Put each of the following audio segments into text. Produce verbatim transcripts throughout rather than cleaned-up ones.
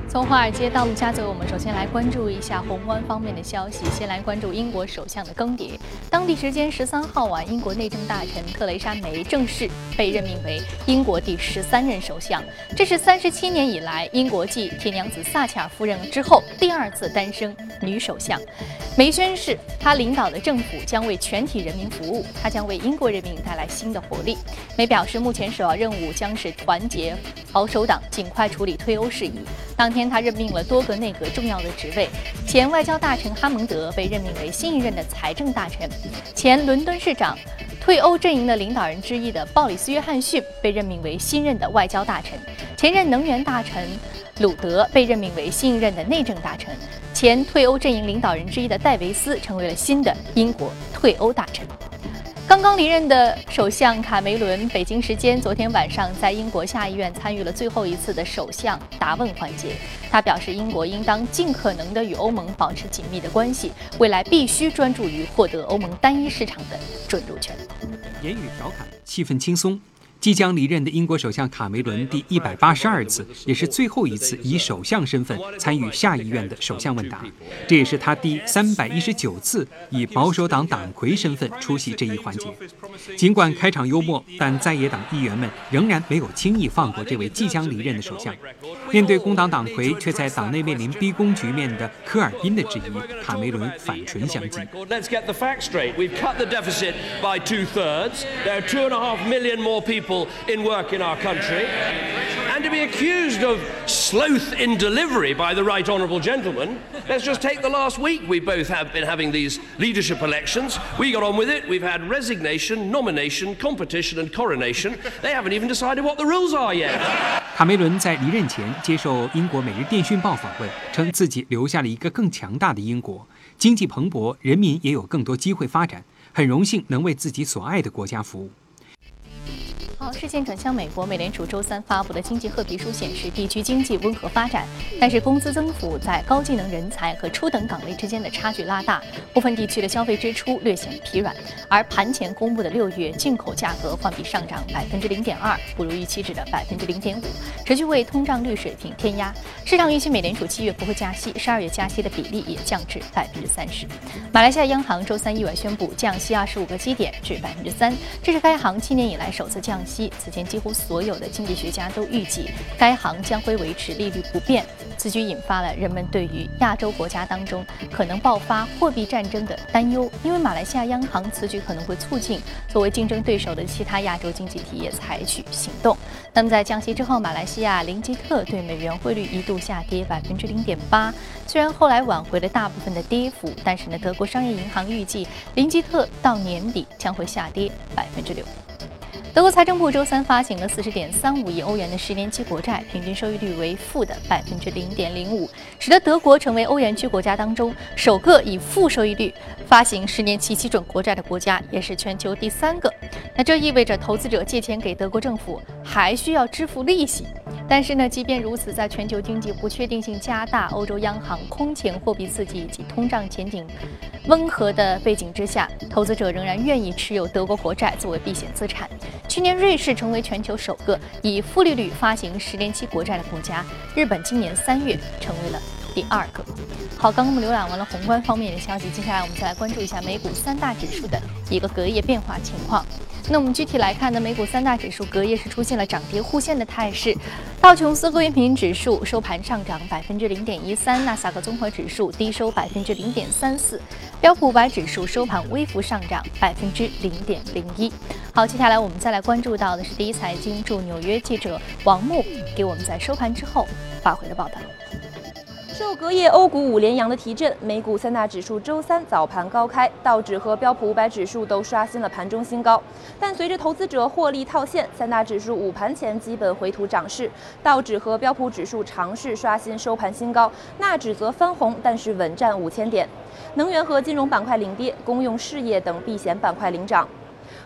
从华尔街到陆家嘴，我们首先来关注一下宏观方面的消息。先来关注英国首相的更迭。当地时间十三号晚，英国内政大臣特蕾莎梅正式被任命为英国第十三任首相。这是三十七年以来，英国继铁娘子撒切尔夫人之后第二次诞生女首相。梅宣誓，她领导的政府将为全体人民服务，她将为英国人民带来新的活力。梅表示，目前首要任务将是团结保守党，尽快处理退欧事宜。当天，他任命了多个内阁重要的职位。前外交大臣哈蒙德被任命为新一任的财政大臣。前伦敦市长、退欧阵营的领导人之一的鲍里斯·约翰逊被任命为新任的外交大臣。前任能源大臣鲁德被任命为新一任的内政大臣。前退欧阵营领导人之一的戴维斯成为了新的英国退欧大臣。刚刚离任的首相卡梅伦，北京时间昨天晚上在英国下议院参与了最后一次的首相答问环节。他表示，英国应当尽可能的与欧盟保持紧密的关系，未来必须专注于获得欧盟单一市场的准入权。 言语调侃，气氛轻松。即将离任的英国首相卡梅伦第一百八十二次，也是最后一次以首相身份参与下议院的首相问答，这也是他第三百一十九次以保守党党魁身份出席这一环节。尽管开场幽默，但在野党议员们仍然没有轻易放过这位即将离任的首相。面对工党党魁却在党内面临逼宫局面的科尔宾的质疑，卡梅伦反唇相讥。 Let's get the facts straight. We've cut the deficit by two thirds. There are two and a half million more people in work in our country, and to be accused of sloth in delivery by the right honourable gentleman, let's just take the last week. We both have been having these leadership elections. We got on with it. We've had resignation, nomination, competition and coronation. They haven't even decided what the rules are yet. 卡梅伦在离任前接受英国《每日电讯报》访问，称自己留下了一个更强大的英国，经济蓬勃，人民也有更多机会发展，很荣幸能为自己所爱的国家服务。 好，视线转向美国，美联储周三发布的经济褐皮书显示，地区经济温和发展，但是工资增幅在高技能人才和初等岗位之间的差距拉大，部分地区的消费支出略显疲软。而盘前公布的六月进口价格环比上涨百分之零点二，不如预期值的百分之零点五，持续为通胀率水平添压。市场预期美联储七月不会加息，十二月加息的比例也降至百分之三十。马来西亚央行周三意外宣布降息二十五个基点至百分之三，这是该行七年以来首次降息。此前几乎所有的经济学家都预计该行将会维持利率不变，此举引发了人们对于亚洲国家当中可能爆发货币战争的担忧，因为马来西亚央行此举可能会促进作为竞争对手的其他亚洲经济体也采取行动。那么在降息之后，马来西亚林吉特对美元汇率一度下跌百分之零点八，虽然后来挽回了大部分的跌幅，但是呢，德国商业银行预计林吉特到年底将会下跌百分之六。德国财政部周三发行了四十点三五亿欧元的十年期国债，平均收益率为负的百分之零点零五，使得德国成为欧元区国家当中首个以负收益率发行十年期基准国债的国家，也是全球第三个。那这意味着投资者借钱给德国政府还需要支付利息。但是呢，即便如此，在全球经济不确定性加大、欧洲央行空前货币刺激以及通胀前景温和的背景之下，投资者仍然愿意持有德国国债作为避险资产。去年，瑞士成为全球首个以负利率发行十年期国债的国家，日本今年三月成为了第二个。好，刚刚我们浏览完了宏观方面的消息，接下来我们再来关注一下美股三大指数的一个隔夜变化情况。那我们具体来看呢，美股三大指数隔夜是出现了涨跌互现的态势。道琼斯工业平均指数收盘上涨百分之零点一三，纳斯达克综合指数低收百分之零点三四，标普五百指数收盘微幅上涨百分之零点零一。好，接下来我们再来关注到的是第一财经驻纽约记者王木给我们在收盘之后发回的报道。 受隔夜欧股五连阳的提振，美股三大指数周三早盘高开，道指和标普五百指数都刷新了盘中新高。但随着投资者获利套现，三大指数午盘前基本回吐涨势，道指和标普指数尝试刷新收盘新高，纳指则翻红，但是稳占五千点。能源和金融板块领跌，公用事业等避险板块领涨。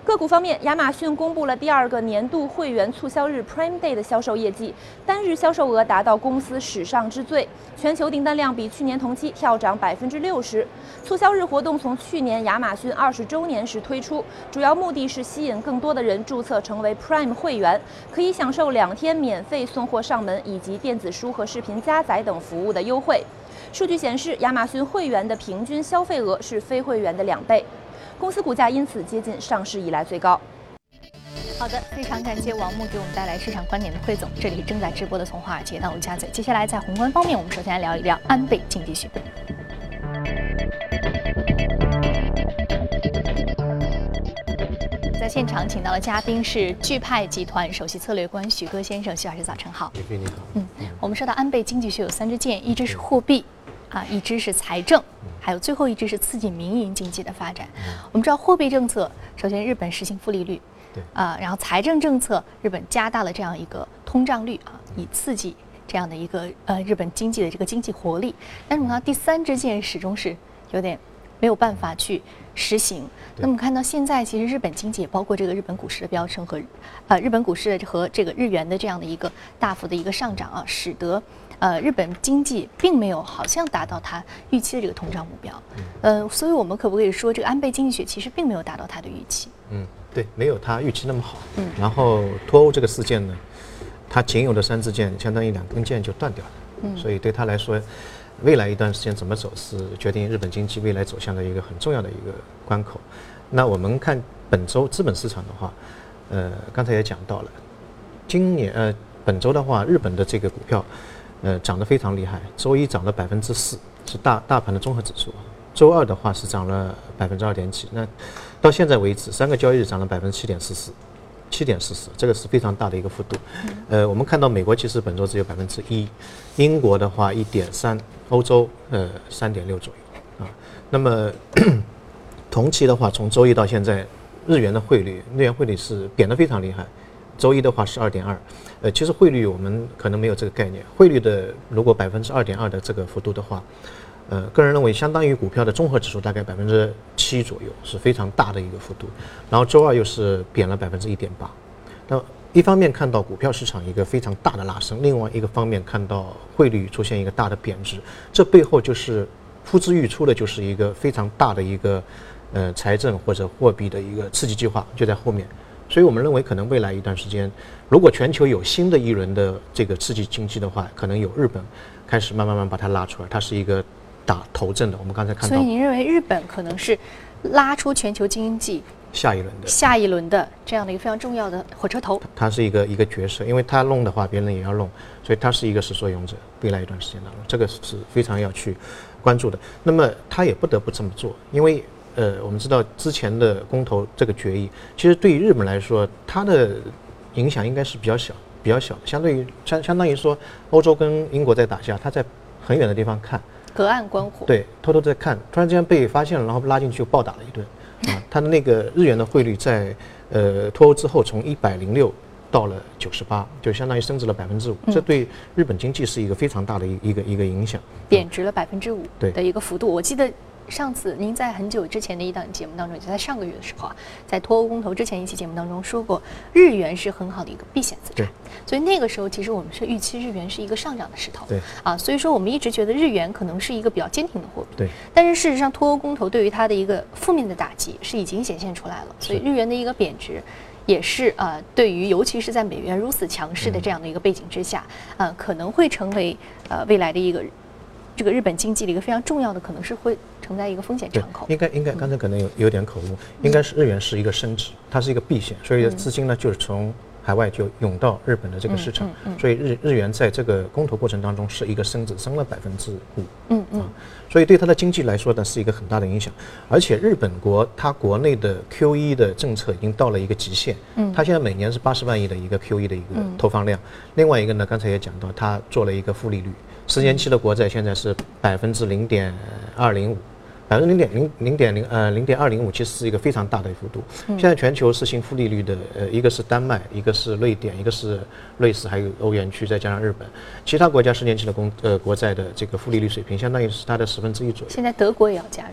个股方面，亚马逊公布了第二个年度会员促销日 Prime Day 的销售业绩，单日销售额达到公司史上之最，全球订单量比去年同期跳涨百分之六十。促销日活动从去年亚马逊二十周年时推出，主要目的是吸引更多的人注册成为 Prime 会员，可以享受两天免费送货上门以及电子书和视频加载等服务的优惠。数据显示，亚马逊会员的平均消费额是非会员的两倍。公司股价因此接近上市以来最高。 好的，非常感谢王木给我们带来市场观点的汇总。这里正在直播的从华尔街到陆家嘴。接下来在宏观方面，我们首先来聊一聊安倍经济学。在现场请到的嘉宾是钜派集团首席策略官许戈先生，许老师早晨好。 李飞你好。 嗯，我们说到安倍经济学有三支箭，一支是货币。啊，一支是财政，还有最后一支是刺激民营经济的发展。我们知道货币政策，首先日本实行负利率， 对啊，然后财政政策，日本加大了这样一个通胀率啊，以刺激这样的一个呃日本经济的这个经济活力。但是我们看到第三支箭始终是有点没有办法去实行。那么看到现在，其实日本经济也包括这个日本股市的飙升和呃日本股市和这个日元的这样的一个大幅的一个上涨啊，使得。呃，日本经济并没有好像达到它预期的这个通胀目标，呃，所以我们可不可以说，这个安倍经济学其实并没有达到它的预期？ 嗯，对，没有它预期那么好。嗯，然后脱欧这个事件呢，它仅有的三支箭，相当于两根箭就断掉了。嗯，所以对他来说，未来一段时间怎么走，是决定日本经济未来走向的一个很重要的一个关口。那我们看本周资本市场的话，呃，刚才也讲到了，今年呃本周的话，日本的这个股票。呃，涨得非常厉害。周一涨了百分之四，是大大盘的综合指数。周二的话是涨了百分之二点几。那到现在为止，三个交易日涨了百分之七点四四，七点四四，这个是非常大的一个幅度。呃，我们看到美国其实本周只有百分之一，英国的话一点三，欧洲呃三点六左右啊。那么同期的话，从周一到现在，日元的汇率，日元汇率是贬得非常厉害。周一的话是二点二，呃，其实汇率我们可能没有这个概念。汇率的如果百分之二点二的这个幅度的话，呃，个人认为相当于股票的综合指数大概百分之七左右，是非常大的一个幅度。然后周二又是贬了百分之一点八。那一方面看到股票市场一个非常大的拉升，另外一个方面看到汇率出现一个大的贬值，这背后就是呼之欲出的，就是一个非常大的一个呃财政或者货币的一个刺激计划就在后面。所以我们认为，可能未来一段时间，如果全球有新的一轮的这个刺激经济的话，可能有日本开始慢慢慢把它拉出来，它是一个打头阵的。我们刚才看到， 所以您认为日本可能是拉出全球经济下一轮的下一轮的这样的一个非常重要的火车头？ 它是一个一个角色，因为它弄的话，别人也要弄，所以它是一个始作俑者。未来一段时间当中，这个是非常要去关注的。那么他也不得不这么做，因为。呃，我们知道之前的公投这个决议，其实对于日本来说，它的影响应该是比较小、比较小的。相对于相相当于说，欧洲跟英国在打架，他在很远的地方看， 隔岸观火。 对，偷偷在看，突然之间被发现了，然后拉进去就暴打了一顿。啊，它的那个日元的汇率在呃脱欧之后从一百零六到了九十八，就相当于升值了百分之五，这对日本经济是一个非常大的一一个一个影响， 贬值了百分之五对的一个幅度。我记得。上次您在很久之前的一档节目当中，就在上个月的时候啊，在脱欧公投之前一期节目当中说过，日元是很好的一个避险资产，所以那个时候其实我们是预期日元是一个上涨的势头， 对啊，所以说我们一直觉得日元可能是一个比较坚挺的货币， 对。 但是事实上，脱欧公投对于它的一个负面的打击是已经显现出来了，所以日元的一个贬值。也是呃，对于尤其是在美元如此强势的这样的一个背景之下，呃，可能会成为呃未来的一个。这个日本经济的一个非常重要的，可能是会承在一个风险敞口。 应该应该，刚才可能有有点口误，应该是日元是一个升值，它是一个避险，所以资金呢就是从海外就涌到日本的这个市场，所以日日元在这个公投过程当中是一个升值，升了百分之五，嗯嗯，所以对它的经济来说呢是一个很大的影响。而且日本国它国内的 Q E 的政策已经到了一个极限，嗯，它现在每年是八十万亿的一个 Q E 的一个投放量。另外一个呢，刚才也讲到，它做了一个负利率。十年期的国债现在是百分之零点二零五，百分之零点零零点零呃零点二零五，其实是一个非常大的幅度。现在全球实行负利率的，呃，一个是丹麦，一个是瑞典，一个是瑞士，还有欧元区，再加上日本，其他国家十年期的公呃国债的这个负利率水平，相当于是它的十分之一左右。 现在德国也要加入了。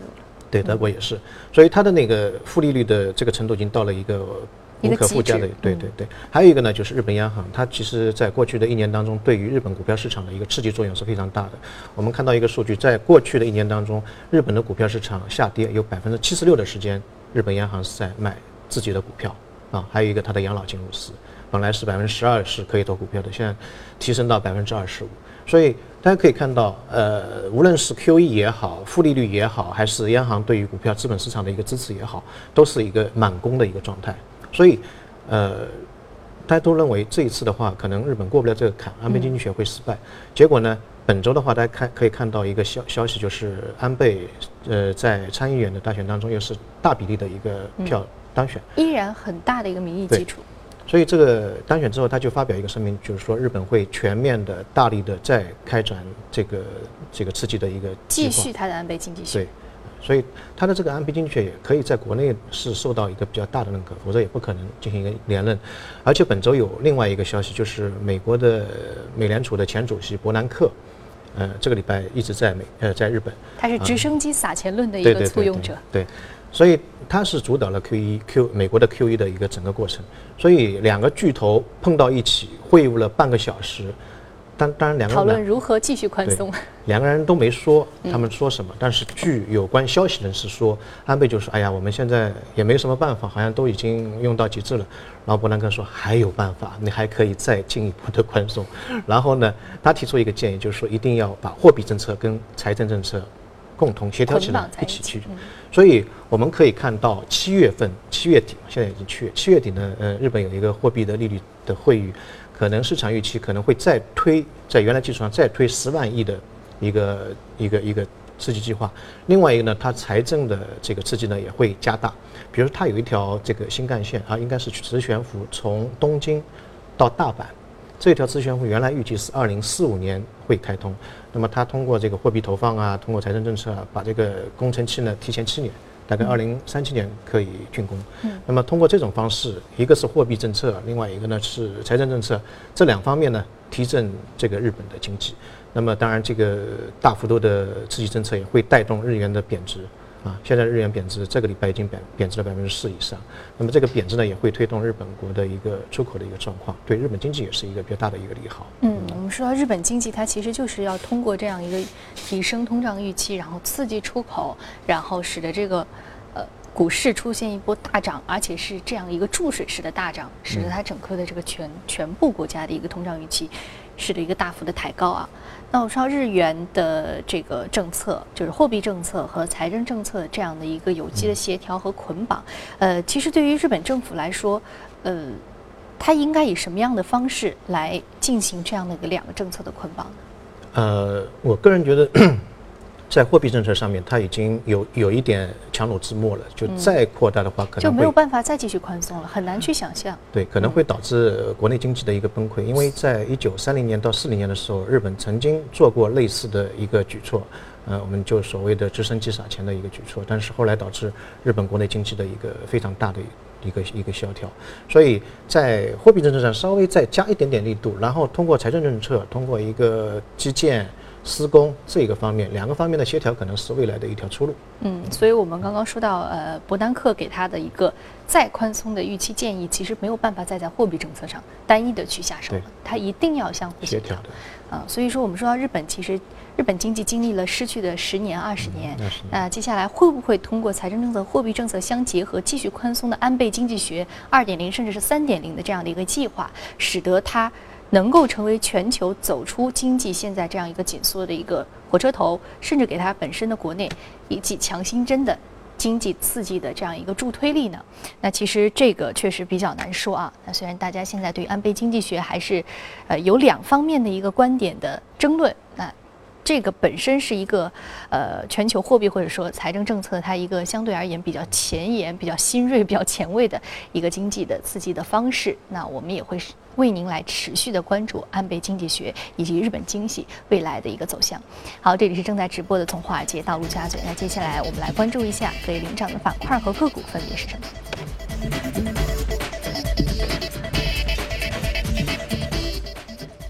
对，德国也是，所以它的那个负利率的这个程度已经到了一个无可复加的，对对对。还有一个呢，就是日本央行，它其实在过去的一年当中，对于日本股票市场的一个刺激作用是非常大的。我们看到一个数据，在过去的一年当中，日本的股票市场下跌有百分之七十六的时间，日本央行是在买自己的股票啊。还有一个它的养老金入市，本来是百分之十二是可以投股票的，现在提升到百分之二十五。所以大家可以看到，呃，无论是 Q E 也好，负利率也好，还是央行对于股票资本市场的一个支持也好，都是一个满攻的一个状态。所以，呃，大家都认为这一次的话，可能日本过不了这个坎，安倍经济学会失败。结果呢，本周的话，大家看可以看到一个消消息，就是安倍呃在参议院的大选当中，又是大比例的一个票当选， 依然很大的一个民意基础。 所以这个当选之后，他就发表一个声明，就是说日本会全面的、大力的再开展这个这个刺激的一个计划， 继续他的安倍经济学。 对，所以他的这个安倍经济学也可以在国内是受到一个比较大的认可，否则也不可能进行一个连任。而且本周有另外一个消息，就是美国的美联储的前主席伯南克，呃，这个礼拜一直在美呃在日本， 他是直升机撒钱论的一个簇拥者。 对。对对对对所以他是主导了 Q E Q 美国的 Q E 的一个整个过程，所以两个巨头碰到一起会晤了半个小时，当当然两个人讨论如何继续宽松， 两个人都没说他们说什么，嗯、但是据有关消息人士说，安倍就说：“哎呀，我们现在也没什么办法，好像都已经用到极致了。”然后伯南克说：“还有办法，你还可以再进一步的宽松。”然后呢，他提出一个建议，就是说一定要把货币政策跟财政政策共同协调起来，一起去。所以我们可以看到，七月份、七月底，现在已经七月，七月底呢，呃，日本有一个货币的利率的会议，可能市场预期可能会再推，在原来基础上再推十万亿的一个一个一个刺激计划。另外一个呢，它财政的这个刺激呢也会加大，比如它有一条这个新干线啊，应该是磁悬浮从东京到大阪。这条磁悬浮原来预计是二零四五年会开通，那么它通过这个货币投放啊，通过财政政策啊，把这个工程期呢提前七年，大概二零三七年可以竣工。嗯，那么通过这种方式，一个是货币政策，另外一个呢是财政政策，这两方面呢提振这个日本的经济。那么当然，这个大幅度的刺激政策也会带动日元的贬值。啊，现在日元贬值，这个礼拜已经贬贬值了百分之四以上。那么这个贬值呢，也会推动日本国的一个出口的一个状况，对日本经济也是一个比较大的一个利好。 嗯，我们说到日本经济，它其实就是要通过这样一个提升通胀预期，然后刺激出口，然后使得这个呃股市出现一波大涨，而且是这样一个注水式的大涨，使得它整个的这个全全部国家的一个通胀预期使得一个大幅的抬高啊。那我说到日元的这个政策，就是货币政策和财政政策这样的一个有机的协调和捆绑，呃，其实对于日本政府来说，呃，它应该以什么样的方式来进行这样的一个两个政策的捆绑呢？ 呃，我个人觉得，在货币政策上面，它已经有有一点强弩之末了，就再扩大的话，可能就没有办法再继续宽松了，很难去想象。 对，可能会导致国内经济的一个崩溃，因为在一九三零年到四零年的时候，日本曾经做过类似的一个举措，呃，我们就所谓的直升机撒钱的一个举措，但是后来导致日本国内经济的一个非常大的一个一个萧条，所以在货币政策上稍微再加一点点力度，然后通过财政政策，通过一个基建施工这个方面，两个方面的协调可能是未来的一条出路。 嗯，所以我们刚刚说到，呃，伯南克给他的一个再宽松的预期建议，其实没有办法再在货币政策上单一的去下手了，他一定要相互协调的。啊、呃，所以说我们说到日本，其实日本经济经历了失去的十年、二十年，那、呃、接下来会不会通过财政政策、货币政策相结合，继续宽松的安倍经济学二点零甚至是三点零的这样的一个计划，使得它能够成为全球走出经济现在这样一个紧缩的一个火车头，甚至给它本身的国内以及强心针的经济刺激的这样一个助推力呢？那其实这个确实比较难说啊。那虽然大家现在对安倍经济学还是呃有两方面的一个观点的争论，那这个本身是一个呃全球货币或者说财政政策它一个相对而言比较前沿、比较新锐、比较前卫的一个经济的刺激的方式。那我们也会为您来持续的关注安倍经济学以及日本经济未来的一个走向。好，这里是正在直播的从华尔街到陆家嘴。那接下来我们来关注一下可以领涨的板块和个股分别是什么。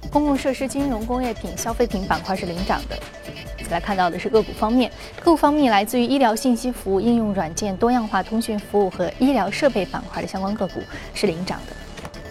公共设施、金融、工业品、消费品板块是领涨的。再来看到的是个股方面，个股方面来自于医疗信息服务、应用软件、多样化通讯服务和医疗设备板块的相关个股是领涨的。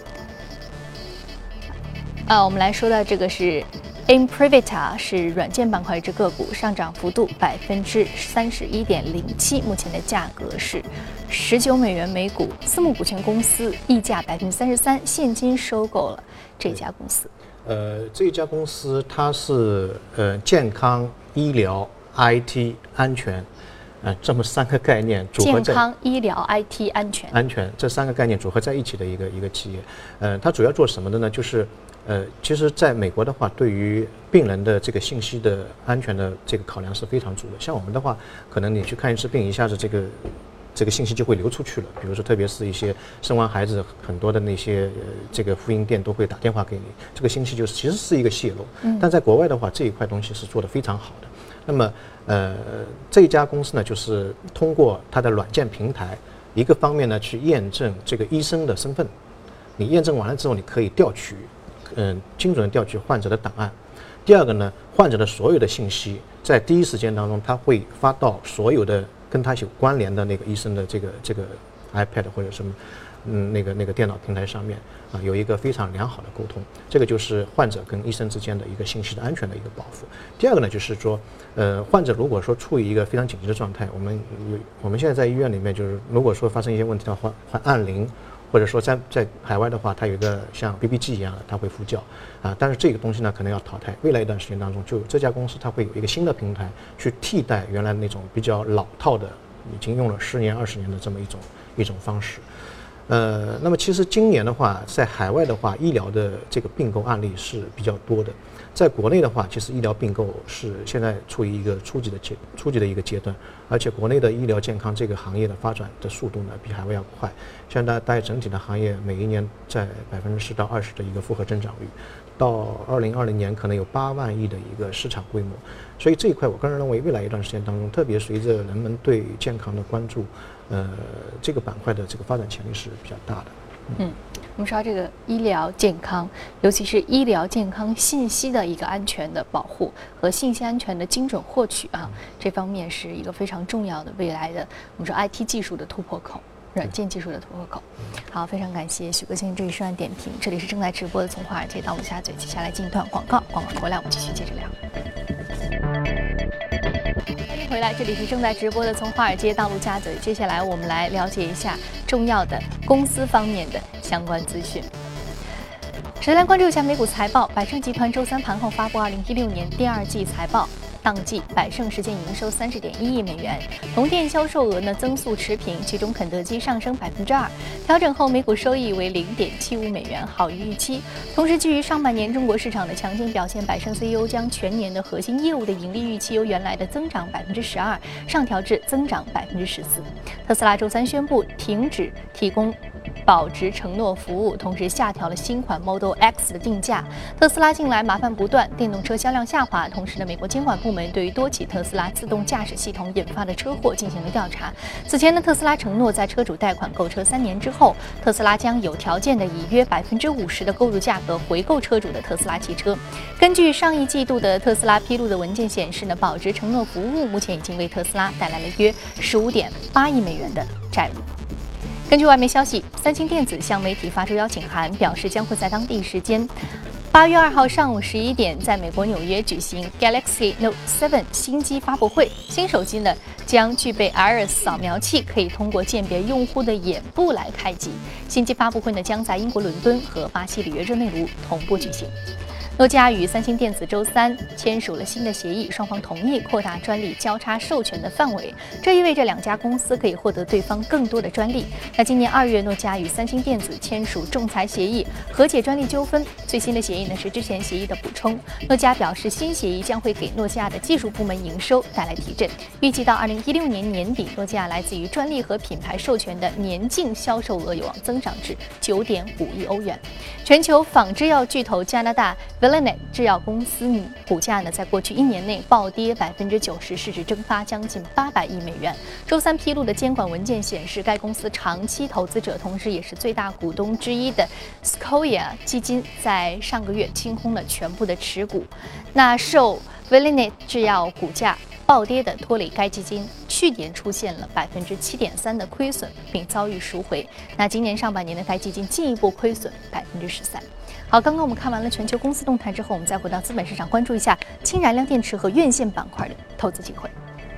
啊，我们来说到这个是 Imprivita 是软件板块一只个股，上涨幅度百分之三十一点零七，目前的价格是十九美元每股。私募股权公司溢价百分之三十三，现金收购了这家公司。 呃，这一家公司它是呃健康、医疗、I T、安全，呃这么三个概念组合在健康、医疗、I T、安全安全这三个概念组合在一起的一个一个企业。呃，它主要做什么的呢？就是呃，其实在美国的话，对于病人的这个信息的安全的这个考量是非常足的。像我们的话，可能你去看一次病，一下子这个这个信息就会流出去了。比如说，特别是一些生完孩子，很多的那些呃这个妇婴店都会打电话给你，这个信息就是其实是一个泄露。嗯。但在国外的话，这一块东西是做得非常好的。那么，呃，这一家公司呢，就是通过它的软件平台，一个方面呢去验证这个医生的身份，你验证完了之后，你可以调取。嗯，精准的调取患者的档案。第二个呢，患者的所有的信息在第一时间当中，他会发到所有的跟他有关联的那个医生的这个这个 iPad 或者什么，嗯，那个那个电脑平台上面啊，有一个非常良好的沟通。这个就是患者跟医生之间的一个信息的安全的一个保护。第二个呢，就是说，呃，患者如果说处于一个非常紧急的状态，我们有我们现在在医院里面，就是如果说发生一些问题的话，会按铃。或者说在在海外的话，它有一个像 B B 机一样的，它会呼叫啊。但是这个东西呢，可能要淘汰。未来一段时间当中，就这家公司它会有一个新的平台去替代原来那种比较老套的，已经用了十年、二十年的这么一种一种方式。呃，那么其实今年的话，在海外的话，医疗的这个并购案例是比较多的。在国内的话，其实医疗并购是现在处于一个初级的阶初级的一个阶段，而且国内的医疗健康这个行业的发展的速度呢，比海外要快。现在大概整体的行业每一年在百分之十到二十的一个复合增长率，到二零二零年可能有八万亿的一个市场规模。所以这一块，我个人认为未来一段时间当中，特别随着人们对健康的关注，呃，这个板块的这个发展潜力是比较大的。 嗯，我们说这个医疗健康，尤其是医疗健康信息的一个安全的保护和信息安全的精准获取啊，这方面是一个非常重要的未来的我们说 I T 技术的突破口，软件技术的突破口。好，非常感谢许哥先生这一时段点评。这里是正在直播的从华尔街到陆家嘴，接下来进一段广告，广告回来我们继续接着聊。欢迎回来，这里是正在直播的从华尔街到陆家嘴。接下来我们来了解一下重要的公司方面的相关资讯。首先来关注一下美股财报，百胜集团周三盘后发布二零一六年第二季财报。当季百胜实现营收三十点一亿美元，同店销售额呢增速持平，其中肯德基上升百分之二，调整后每股收益为零点七五美元，好于预期。同时，基于上半年中国市场的强劲表现，百胜 C E O 将全年的核心业务的盈利预期由原来的增长百分之十二上调至增长百分之十四。特斯拉周三宣布停止提供保值承诺服务，同时下调了新款 Model X 的定价。特斯拉近来麻烦不断，电动车销量下滑，同时呢，美国监管部门对于多起特斯拉自动驾驶系统引发的车祸进行了调查。此前呢，特斯拉承诺在车主贷款购车三年之后，特斯拉将有条件的以约百分之五十的购入价格回购车主的特斯拉汽车。根据上一季度的特斯拉披露的文件显示呢，保值承诺服务目前已经为特斯拉带来了约十五点八亿美元的债务。根据外媒消息，三星电子向媒体发出邀请函，表示将会在当地时间八月二号上午十一点，在美国纽约举行 Galaxy Note 七新机发布会。新手机呢将具备 Iris 扫描器，可以通过鉴别用户的眼部来开机。新机发布会呢将在英国伦敦和巴西里约热内卢同步举行。诺基亚与三星电子周三签署了新的协议，双方同意扩大专利交叉授权的范围，这意味着两家公司可以获得对方更多的专利。那今年二月，诺基亚与三星电子签署仲裁协议，和解专利纠纷。最新的协议呢是之前协议的补充。诺基亚表示，新协议将会给诺基亚的技术部门营收带来提振，预计到二零一六年年底，诺基亚来自于专利和品牌授权的年净销售额有望增长至九点五亿欧元。全球仿制药巨头加拿大 Vela Valiant 制药公司股价呢，在过去一年内暴跌百分之九十，市值蒸发将近八百亿美元。周三披露的监管文件显示，该公司长期投资者，同时也是最大股东之一的 Sequoia 基金，在上个月清空了全部的持股。那受 Valiant 制药股价暴跌的拖累，该基金去年出现了百分之七点三的亏损，并遭遇赎回。那今年上半年的该基金进一步亏损百分之十三。好，刚刚我们看完了全球公司动态之后，我们再回到资本市场，关注一下氢燃料电池和院线板块的投资机会。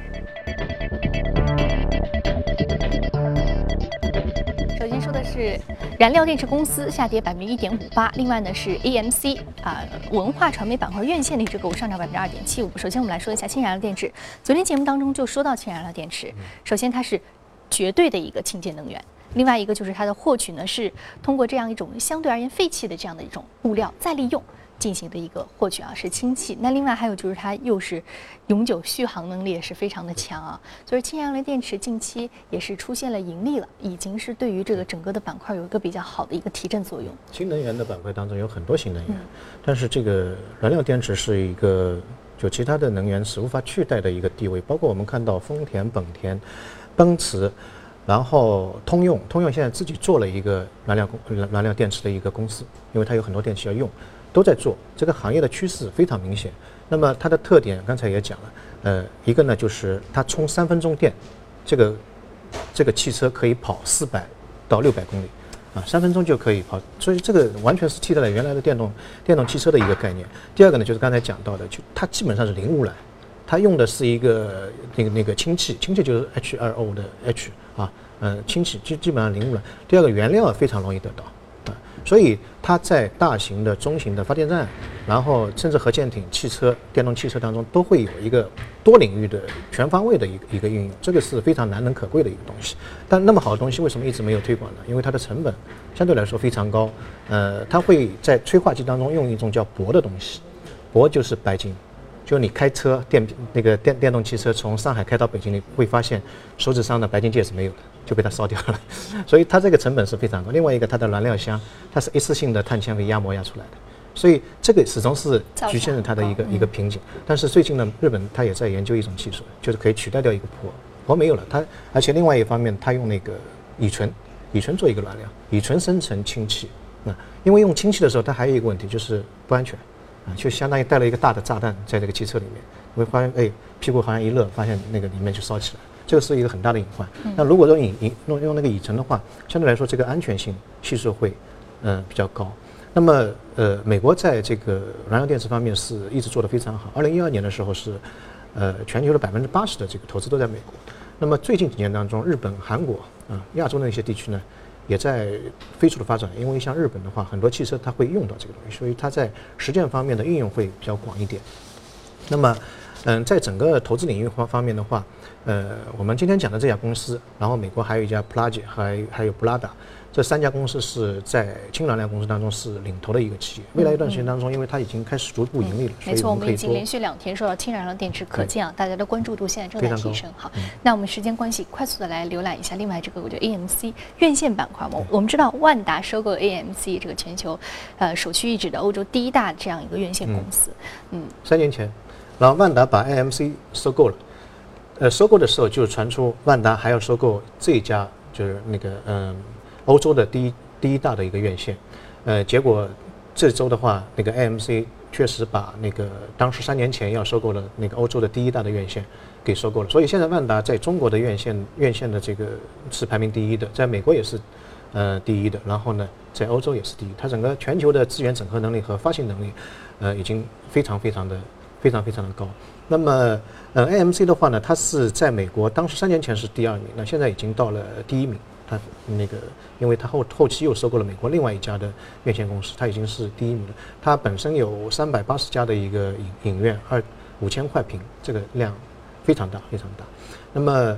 首先说的是燃料电池公司下跌百分之一点五八，另外呢是 A M C 啊、呃、文化传媒板块院线的一只个股上涨百分之二点七五。首先我们来说一下氢燃料电池，昨天节目当中就说到氢燃料电池，首先它是绝对的一个清洁能源。另外一个就是它的获取呢，是通过这样一种相对而言废弃的这样的一种物料再利用进行的一个获取啊，是氢气。那另外还有就是它又是永久续航能力也是非常的强啊，所以氢燃料电池近期也是出现了盈利了，已经是对于这个整个的板块有一个比较好的一个提振作用。 新能源的板块当中有很多新能源，嗯、但是这个燃料电池是一个就其他的能源是无法取代的一个地位，包括我们看到丰田、本田、奔驰。然后通用，通用现在自己做了一个燃料燃料电池的一个公司，因为它有很多电池要用，都在做。这个行业的趋势非常明显。那么它的特点刚才也讲了，呃，一个呢就是它充三分钟电，这个这个汽车可以跑四百到六百公里，啊，三分钟就可以跑，所以这个完全是替代了原来的电动电动汽车的一个概念。第二个呢就是刚才讲到的，就它基本上是零污染。它用的是一个那个那个氢气，氢气就是 H 二 O 的 H 啊，嗯、呃，氢气基基本上零污染。第二个原料非常容易得到啊，所以它在大型的、中型的发电站，然后甚至核潜艇、汽车、电动汽车当中都会有一个多领域的、全方位的一个一个应用，这个是非常难能可贵的一个东西。但那么好的东西为什么一直没有推广呢？因为它的成本相对来说非常高，呃，它会在催化剂当中用一种叫铂的东西，铂就是白金。就你开车电那个电电动汽车从上海开到北京，你会发现手指上的白金戒指没有了，就被它烧掉了。所以它这个成本是非常高。另外一个，它的燃料箱它是一次性的碳纤维压模压出来的，所以这个始终是局限了它的一个一个瓶颈。但是最近呢，日本它也在研究一种技术，就是可以取代掉一个铂，铂没有了，它而且另外一方面，它用那个乙醇，乙醇做一个燃料，乙醇生成氢气。那因为用氢气的时候，它还有一个问题就是不安全。啊，就相当于带了一个大的炸弹在这个汽车里面，你会发现，哎，屁股好像一热，发现那个里面就烧起来，这个是一个很大的隐患。嗯、那如果说你你用用那个乙醇的话，相对来说这个安全性系数会嗯、呃、比较高。那么呃，美国在这个燃料电池方面是一直做得非常好。二零一二年的时候是呃全球的百分之八十的这个投资都在美国。那么最近几年当中，日本、韩国啊、呃、亚洲的一些地区呢，也在飞速的发展，因为像日本的话，很多汽车它会用到这个东西，所以它在实践方面的应用会比较广一点。那么，嗯，在整个投资领域方方面的话，呃，我们今天讲的这家公司，然后美国还有一家 Plug， 还还有 Blada， 这三家公司是在氢燃料公司当中是领头的一个企业。未来一段时间当中，因为它已经开始逐步盈利了， 没错，我们已经连续连续两天说到氢燃料电池，可见啊，大家的关注度现在正在提升。好，那我们时间关系，快速的来浏览一下另外这个，我觉得 A M C 院线板块嘛，我们知道万达收购 A M C 这个全球呃首屈一指的欧洲第一大这样一个院线公司，嗯， 三年前，然后万达把 A M C 收购了，呃，收购的时候就传出万达还要收购这一家，就是那个嗯欧洲的第一第一大的一个院线，呃，结果这周的话，那个 A M C 确实把那个当时三年前要收购的那个欧洲的第一大的院线给收购了，所以现在万达在中国的院线院线的这个是排名第一的，在美国也是呃第一的，然后呢，在欧洲也是第一，它整个全球的资源整合能力和发行能力，呃，已经非常非常的非常非常的高。那么，呃 ，A M C 的话呢，它是在美国当时三年前是第二名，那现在已经到了第一名。它那个，因为它后后期又收购了美国另外一家的院线公司，它已经是第一名了。它本身有三百八十家的一个影影院，二五千块屏，这个量非常大非常大。那么，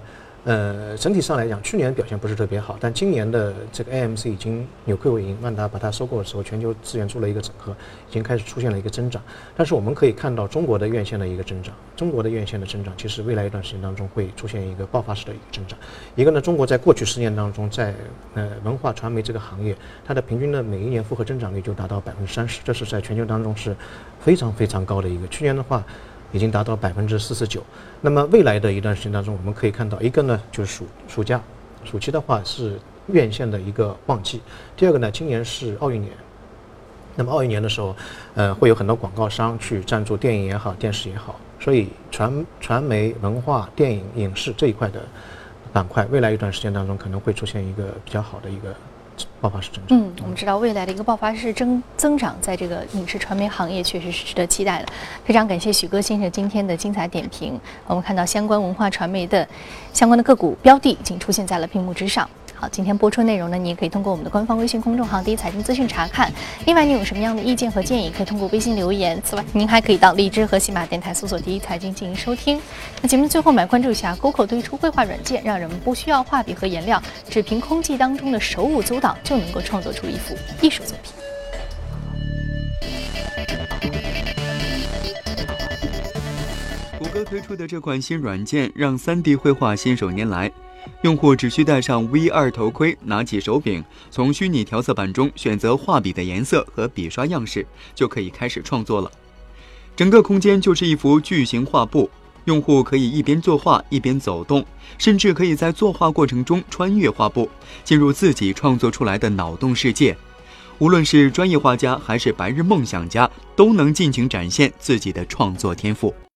呃，整体上来讲，去年表现不是特别好，但今年的这个 A M C 已经扭亏为盈，万达把它收购的时候，全球资源做了一个整合，已经开始出现了一个增长。但是我们可以看到中国的院线的一个增长，中国的院线的增长，其实未来一段时间当中会出现一个爆发式的一个增长。一个呢，中国在过去十年当中，在呃文化传媒这个行业，它的平均的每一年复合增长率就达到百分之三十，这是在全球当中是非常非常高的一个。去年的话，已经达到百分之四十九。那么未来的一段时间当中，我们可以看到，一个呢就是暑暑假，暑期的话是院线的一个旺季。第二个呢，今年是奥运年，那么奥运年的时候，呃，会有很多广告商去赞助电影也好，电视也好，所以传传媒、文化、电影、影视这一块的板块，未来一段时间当中可能会出现一个比较好的一个爆发式增长。 嗯，我们知道未来的一个爆发式增增长，在这个影视传媒行业确实是值得期待的。非常感谢许戈先生今天的精彩点评。我们看到相关文化传媒的相关的个股标的已经出现在了屏幕之上。好，今天播出内容呢，你也可以通过我们的官方微信公众号第一财经资讯查看。另外，你有什么样的意见和建议，可以通过微信留言。此外，您还可以到荔枝和喜马电台搜索第一财经进行收听。那节目的最后，我们来关注一下 Google 推出绘画软件，让人们不需要画笔和颜料，只凭空气当中的手舞足蹈就能够创作出一幅艺术作品。 谷歌推出的这款新软件让 三 D 绘画信手拈来，用户只需戴上 V R 头盔，拿起手柄，从虚拟调色板中选择画笔的颜色和笔刷样式，就可以开始创作了。整个空间就是一幅巨型画布，用户可以一边作画一边走动，甚至可以在作画过程中穿越画布，进入自己创作出来的脑洞世界。无论是专业画家还是白日梦想家，都能尽情展现自己的创作天赋。